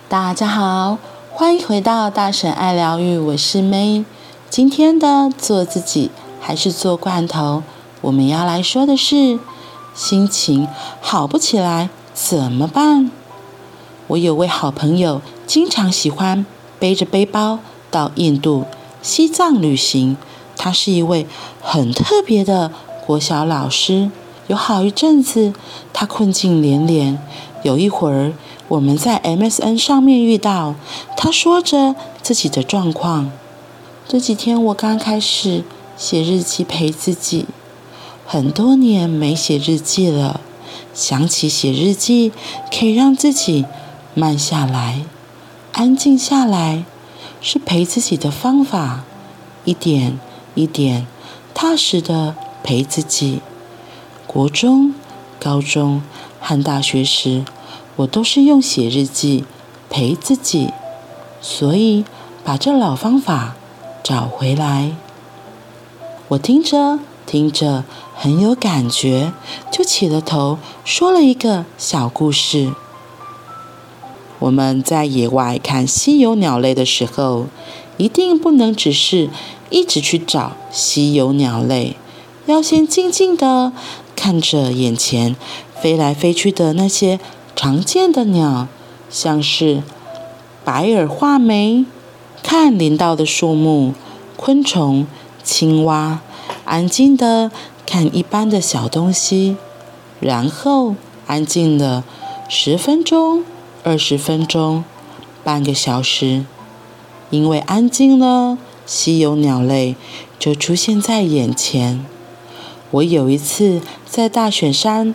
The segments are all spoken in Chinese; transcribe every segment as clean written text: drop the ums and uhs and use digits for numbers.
大家好，欢迎回到大神爱疗愈，我是 May。今天的做自己还是做罐头，我们要来说的是心情好不起来怎么办？我有位好朋友，经常喜欢背着背包到印度、西藏旅行。他是一位很特别的国小老师。有好一阵子，他困境连连。有一会儿，我们在 MSN 上面遇到，他说着自己的状况。这几天我刚开始写日记陪自己，很多年没写日记了。想起写日记可以让自己慢下来、安静下来，是陪自己的方法，一点一点踏实的陪自己。国中、高中和大学时，我都是用写日记陪自己，所以把这老方法找回来。我听着听着很有感觉，就起了头，说了一个小故事。我们在野外看稀有鸟类的时候，一定不能只是一直去找稀有鸟类，要先静静地看着眼前飞来飞去的那些常见的鸟，像是白耳画眉，看林道的树木、昆虫、青蛙，安静地看一般的小东西，然后安静了10分钟、20分钟、半个小时。因为安静了，稀有鸟类就出现在眼前。我有一次在大雪山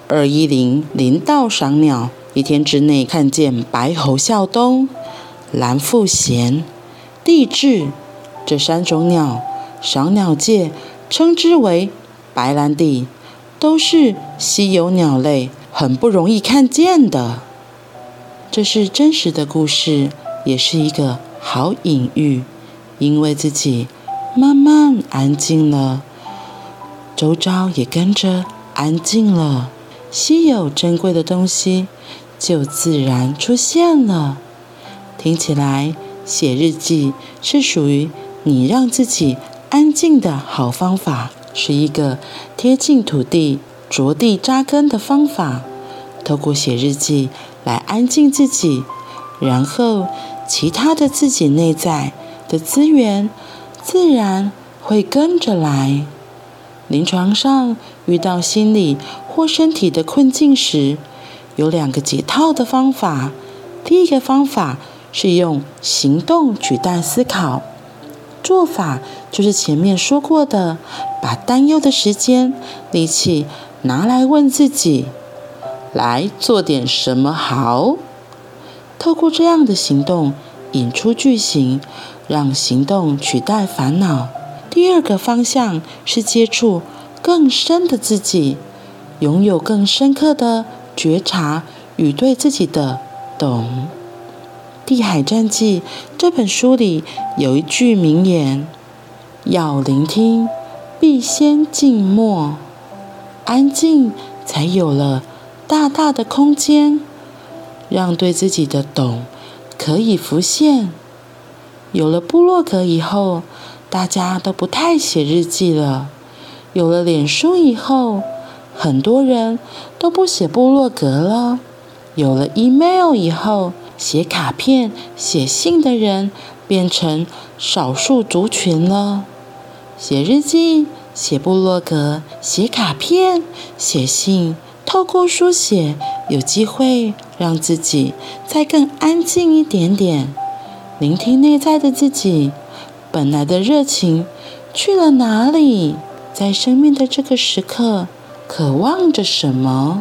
210林道赏鸟，一天之内看见白喉啸东、蓝腹鹇、帝雉这3种鸟，赏鸟界称之为白兰地，都是稀有鸟类，很不容易看见的。这是真实的故事，也是一个好隐喻，因为自己慢慢安静了，周遭也跟着安静了，稀有珍贵的东西就自然出现了。听起来写日记是属于你让自己安静的好方法，是一个贴近土地、着地扎根的方法。透过写日记来安静自己，然后其他的自己内在的资源自然会跟着来。临床上遇到心理或身体的困境时，有2个解套的方法。第一个方法是用行动取代思考，做法就是前面说过的，把担忧的时间、力气拿来问自己，来做点什么好。透过这样的行动引出句型，让行动取代烦恼。第2个方向是接触更深的自己，拥有更深刻的觉察与对自己的懂。《地海战记》这本书里有一句名言：要聆听，必先静默。安静才有了大大的空间，让对自己的懂可以浮现。有了部落格以后，大家都不太写日记了。有了脸书以后，很多人都不写部落格了。有了 email 以后，写卡片、写信的人变成少数族群了。写日记、写部落格、写卡片、写信，透过书写，有机会让自己再更安静一点点，聆听内在的自己，本来的热情去了哪里？在生命的这个时刻，渴望着什么？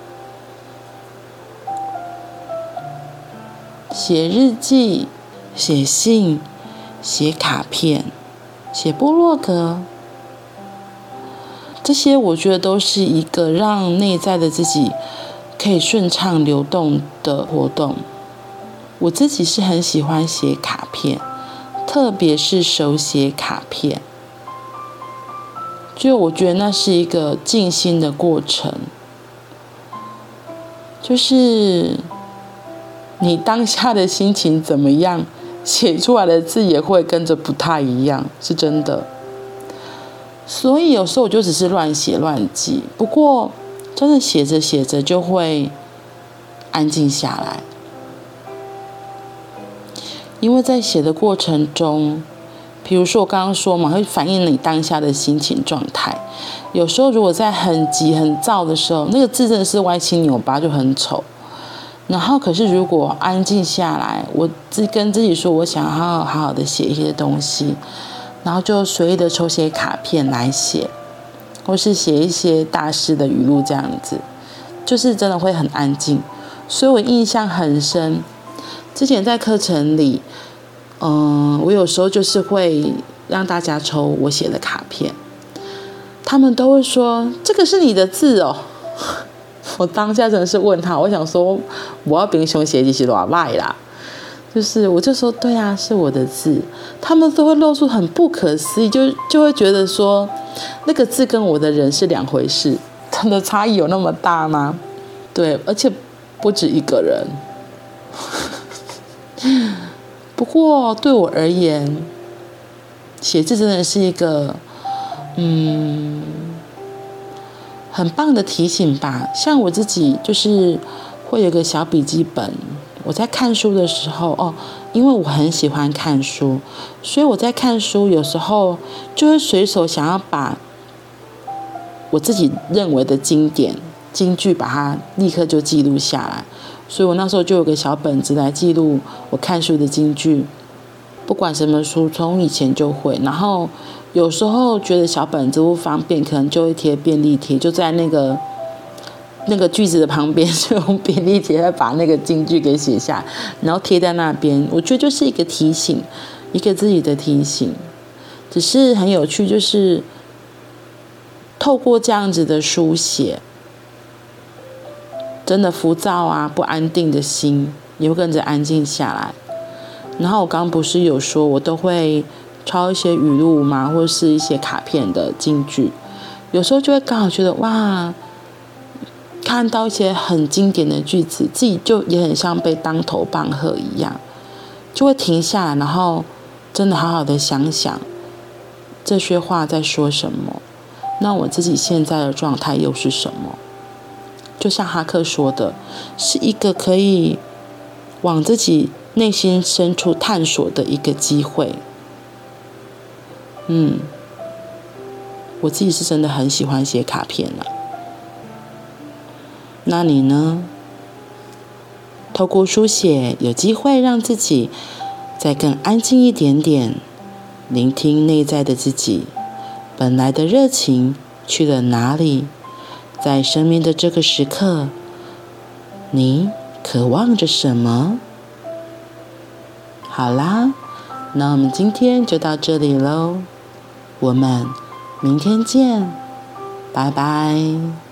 写日记、写信、写卡片、写部落格，这些我觉得都是一个让内在的自己可以顺畅流动的活动。我自己是很喜欢写卡片，特别是手写卡片，就我觉得那是一个静心的过程，就是你当下的心情怎么样，写出来的字也会跟着不太一样，是真的。所以有时候我就只是乱写乱记，不过真的写着写着就会安静下来，因为在写的过程中，比如说我刚刚说嘛，会反映你当下的心情状态。有时候如果在很急很躁的时候，那个字真的是歪七扭八，就很丑。然后可是如果安静下来，我跟自己说我想要好好的写一些东西，然后就随意的抽些卡片来写，或是写一些大师的语录，这样子就是真的会很安静。所以我印象很深，之前在课程里我有时候就是会让大家抽我写的卡片，他们都会说这个是你的字哦。我当下真的是问他，我想说我要平常写几是多赖啦，就是我就说对啊，是我的字。他们都会露出很不可思议，就会觉得说那个字跟我的人是两回事，真的差异有那么大吗？对，而且不止一个人。不过对我而言，写字真的是一个很棒的提醒吧。像我自己就是会有个小笔记本，我在看书的时候因为我很喜欢看书，所以我在看书有时候就会随手想要把我自己认为的经典金句把它立刻就记录下来。所以我那时候就有个小本子来记录我看书的金句，不管什么书，从以前就会。然后有时候觉得小本子不方便，可能就会贴便利贴，就在那个句子的旁边，就用便利贴再把那个金句给写下，然后贴在那边。我觉得就是一个提醒，一个自己的提醒。只是很有趣，就是透过这样子的书写，真的浮躁啊、不安定的心也会跟着安静下来。然后我刚不是有说我都会抄一些语录嘛，或是一些卡片的金句，有时候就会刚好觉得哇，看到一些很经典的句子，自己就也很像被当头棒喝一样，就会停下来，然后真的好好的想想这些话在说什么，那我自己现在的状态又是什么。就像哈克说的，是一个可以往自己内心深处探索的一个机会。我自己是真的很喜欢写卡片啦。那你呢？透过书写，有机会让自己再更安静一点点，聆听内在的自己，本来的热情去了哪里？在生命的这个时刻，你渴望着什么？好啦，那我们今天就到这里咯，我们明天见，拜拜。